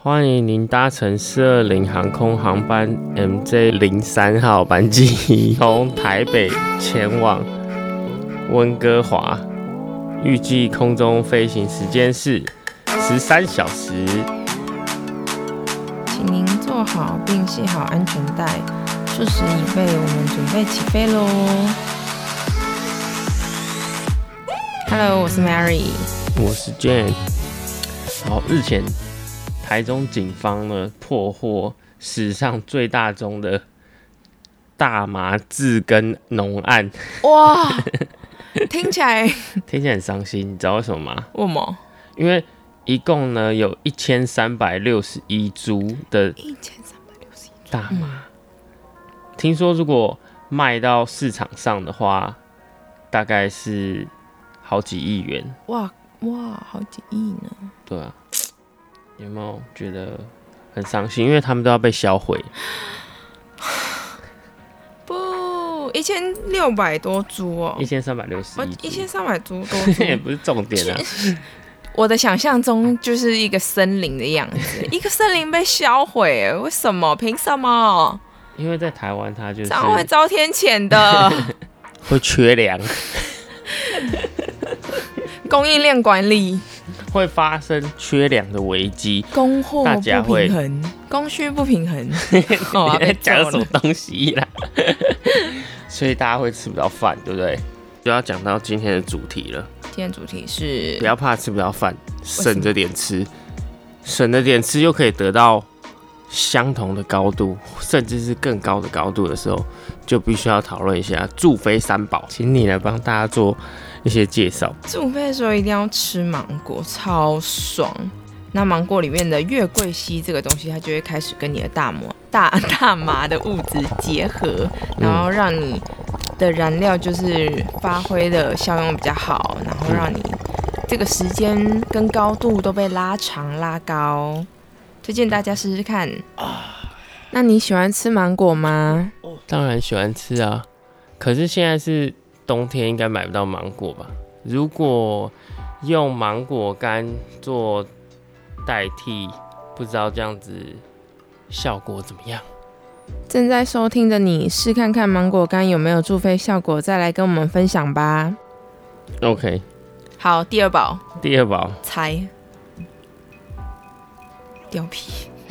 欢迎您搭乘420航空航班 MJ03 号班机，从台北前往温哥华，预计空中飞行时间是13小时。 请您坐好并系好安全带，数时已备，我们准备起飞喽。Hello， 我是 Mary， 我是 Jane。好，日前台中警方呢破获史上最大宗的大麻自耕农案。 哇，听起来很伤心，你知道为什么吗？ 为什么？ 因为一共呢有1361株的大麻，听说如果卖到市场上的话，大概是好几亿元。 哇，好几亿呢！ 对啊，有没有觉得很伤心？因为他们都要被销毁。 不，1600多株哦 ，1361株 ，1300株也不是重点啊。 我的想象中就是一个森林的样子，一个森林被销毁，为什么？凭什么？ 因为在台湾，它就是这样会遭天谴的， 会缺粮， 供应链管理会发生缺粮的危机， 供货不平衡，供需不平衡。 你在讲什么东西啦？所以大家会吃不到饭，对不对？就要讲到今天的主题了。 今天主题是不要怕吃不到饭，省着点吃，省着点吃又可以得到相同的高度，甚至是更高的高度的时候，就必须要讨论一下住飞三宝。请你来帮大家做一些介绍。 住飞的时候一定要吃芒果，超爽。那芒果里面的月桂烯这个东西，它就会开始跟你的大麻的物质结合，然后让你的燃料就是发挥的效用比较好，然后让你这个时间跟高度都被拉长拉高。推荐大家试试看。那你喜欢吃芒果吗？ 当然喜欢吃啊，可是现在是冬天，应该买不到芒果吧？如果用芒果干做代替，不知道这样子效果怎么样？ 正在收听的你，试看看芒果干有没有助飞效果，再来跟我们分享吧。 OK， 好，第二宝，猜貂皮。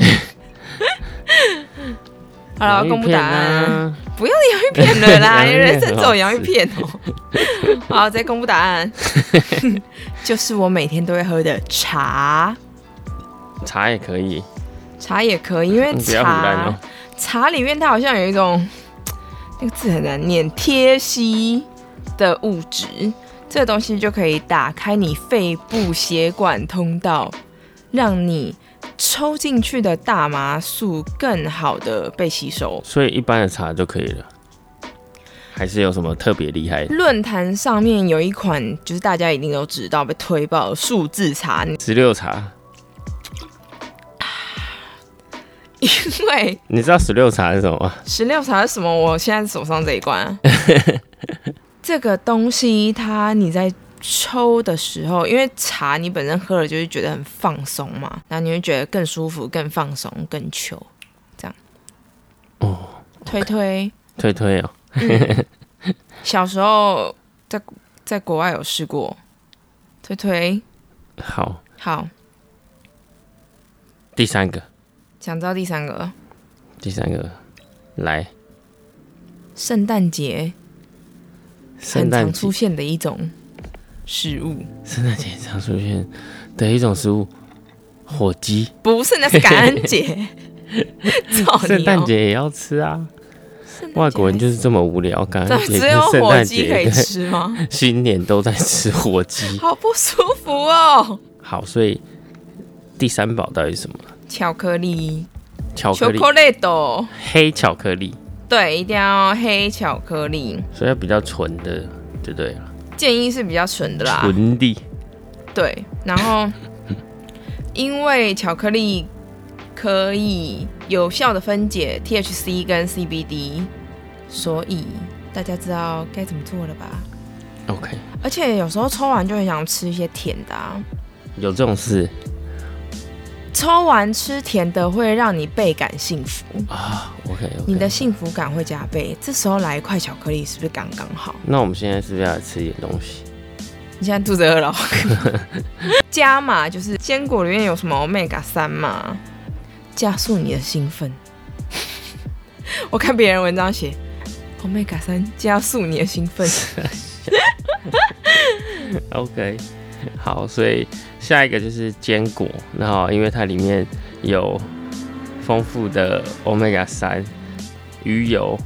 好了，公布答案。不要洋芋片了啦，人生只有洋芋片哦。好，再公布答案，就是我每天都会喝的茶。 茶也可以， 因为茶里面它好像有一种那个字很难念，萜烯的物质，这个东西就可以打开你肺部血管通道，让你抽进去的大麻素更好的被吸收。 所以一般的茶就可以了，还是有什么特别厉害的？ 论坛上面有一款就是大家一定都知道被推爆的数字茶 16茶。 因为你知道16茶是什么吗 ？16茶是什么？我现在手上这一罐，这个东西你在抽的时候，因为茶你本身喝了就是觉得很放松嘛，然后你会觉得更舒服、更放松、更球，这样。 哦， 推哦。 小时候在国外有试过，推。好。 第三个。 想知道第三个？ 来。 圣诞节很常出现的一种食物。 圣诞节常出现的一种食物，火鸡。 不是，那是感恩节。 圣诞节也要吃啊！外国人就是这么无聊，感恩节只有火鸡可以吃吗？ 新年都在吃火鸡， 好不舒服哦。 好，所以第三宝到底是什么？ 巧克力。 黑巧克力。 对，一定要黑巧克力， 所以要比较纯的就对了。 建议是比较纯的啦。 纯的。 对，然后因为巧克力可以有效的分解 THC 跟 CBD， 所以大家知道该怎么做了吧 ？OK。 而且有时候抽完就很想吃一些甜的啊。 有这种事？ 抽完吃甜的会让你倍感幸福啊。OK， 你的幸福感会加倍。这时候来一块巧克力是不是刚刚好？ 那我们现在是不是要吃一点东西？ 你现在肚子饿了？加码就是坚果里面有什么 Omega 3嘛，加速你的兴奋。我看别人文章写 Omega 3加速你的兴奋。 OK， 好，所以下一个就是坚果，然后因为它里面有丰富的 Omega 3鱼油，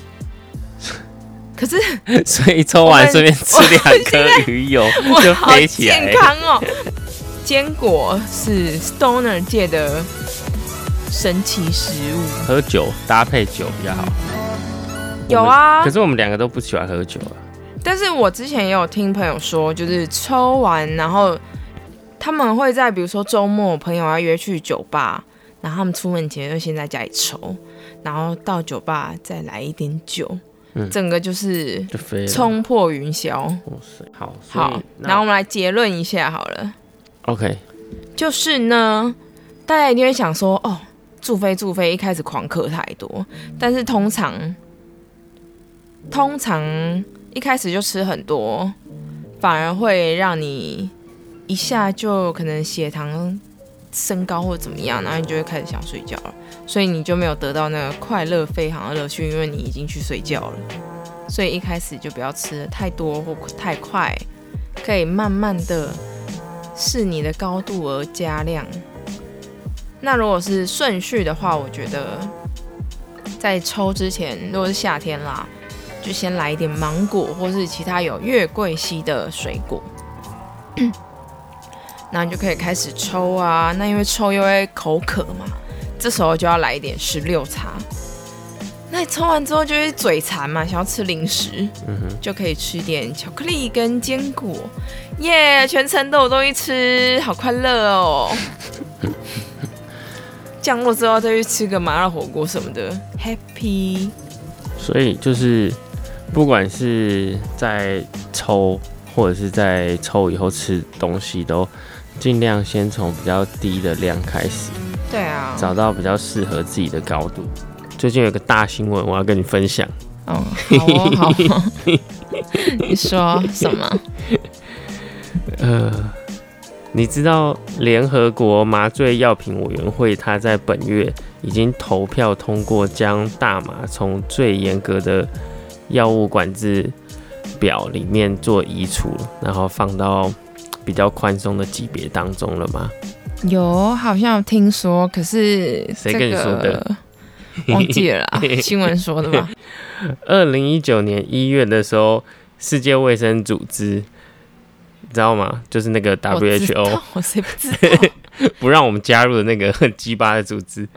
可是所以抽完顺便吃2颗鱼油就飞起来。 健康哦！坚果是 Stoner 界的神奇食物， 喝酒搭配酒比较好。 有啊， 可是我们2个都不喜欢喝酒啊。 但是我之前也有听朋友说，就是抽完，然后他们会在比如说周末朋友要约去酒吧，然后他们出门前就先在家里抽，然后到酒吧再来一点酒，整个就是冲破云霄。 好， 然后我们来结论一下好了。 OK， 就是呢，大家一定会想说，哦，祝飞一开始狂嗑太多，但是通常一开始就吃很多，反而会让你一下就可能血糖升高或怎么样，然后你就会开始想睡觉了，所以你就没有得到那个快乐飞航的乐趣，因为你已经去睡觉了。所以一开始就不要吃的太多或太快，可以慢慢的视你的高度而加量。那如果是顺序的话，我觉得在抽之前，如果是夏天啦，就先来一点芒果或是其他有月桂烯的水果，那你就可以开始抽啊。那因为抽又会口渴嘛，这时候就要来一点16茶。那你抽完之后就会嘴馋嘛，想要吃零食，就可以吃一点巧克力跟坚果，耶！全程都有东西吃，好快乐哦。降落之后再去吃个麻辣火锅什么的 ，happy。 所以就是不管是在抽或者是在抽以后吃东西，都尽量先从比较低的量开始。 对啊， 找到比较适合自己的高度。最近有个大新闻，我要跟你分享。 好哦，好哦。你说什么？ 你知道联合国麻醉药品委员会，它在本月已经投票通过将大麻从最严格的药物管制表里面做移除，然后放到比较宽松的级别当中了吗？ 有，好像有听说，可是谁跟你说的？ 忘记了啦，新闻说的吧。 2019年1月的时候，世界卫生组织，你知道吗？就是那个 WHO， 我谁不知道？ 不让我们加入的那个很鸡巴的组织。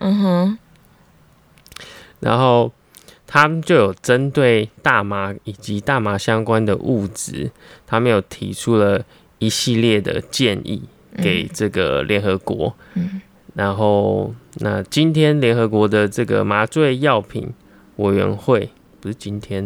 然后他们就有针对大麻以及大麻相关的物质，他们有提出了一系列的建议给这个联合国。然后，那今天联合国的这个麻醉药品委员会，不是今天，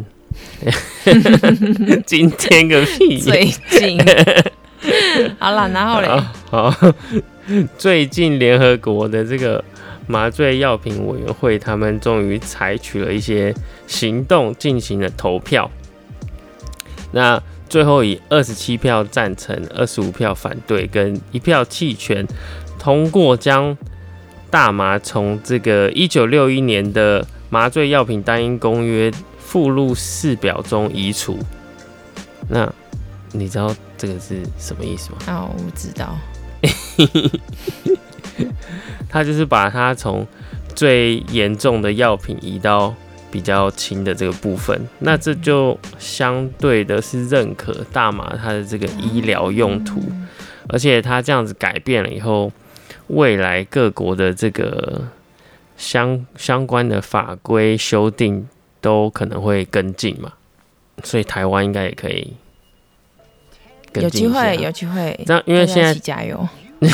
今天个屁！ 最近，好啦，然后嘞， 好，最近联合国的这个麻醉药品委员会，他们终于采取了一些行动，进行了投票。那最后以27票赞成、25票反对跟1票弃权，通过将大麻从这个1961年的麻醉药品单一公约附录4表中移除。那你知道这个是什么意思吗？ 哦，我知道。 他就是把它从最严重的药品移到比较轻的这个部分，那这就相对的是认可大麻它的这个医疗用途，而且它这样子改变了以后，未来各国的这个相关的法规修订都可能会跟进嘛，所以台湾应该也可以跟进一下。 有机会， 这样因为现在一起加油。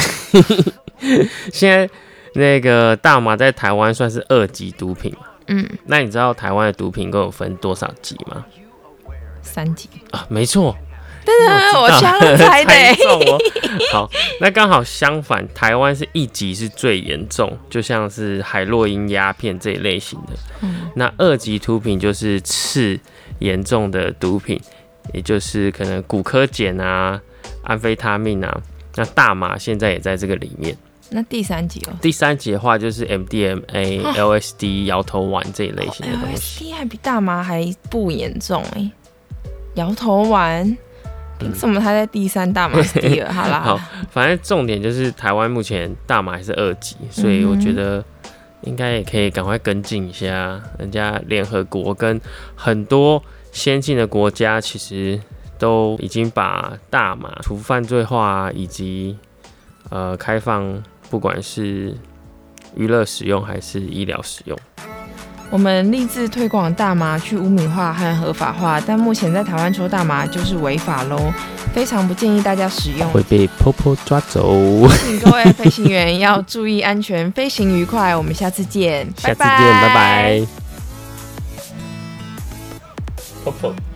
现在那个大麻在台湾算是2级毒品嘛？那你知道台湾的毒品共有分多少级吗？ 3级啊，没错， 真的，我瞎了猜的。 猜中哦。好，那刚好相反，台湾是1级是最严重，就像是海洛因、鸦片这一类型的。那2级毒品就是次严重的毒品，也就是可能古柯碱啊、安非他命啊。那大麻现在也在这个里面。 那第3级哦？ 第3级的话就是 MDMA、LSD、摇头丸这一类型的东西。 LSD 还比大麻还不严重哎，摇头丸。凭什么他在第3，大麻是第2？好啦， 好，反正重点就是台湾目前大麻还是2级，所以我觉得应该也可以赶快跟进一下。人家联合国跟很多先进的国家其实都已经把大麻除犯罪化，以及开放，不管是娱乐使用还是医疗使用。 我们立志推广大麻去污名化和合法化，但目前在台湾抽大麻就是违法咯，非常不建议大家使用， 会被婆婆抓走。 请各位飞行员要注意安全，飞行愉快，我们下次见， 下次见，拜拜。婆婆。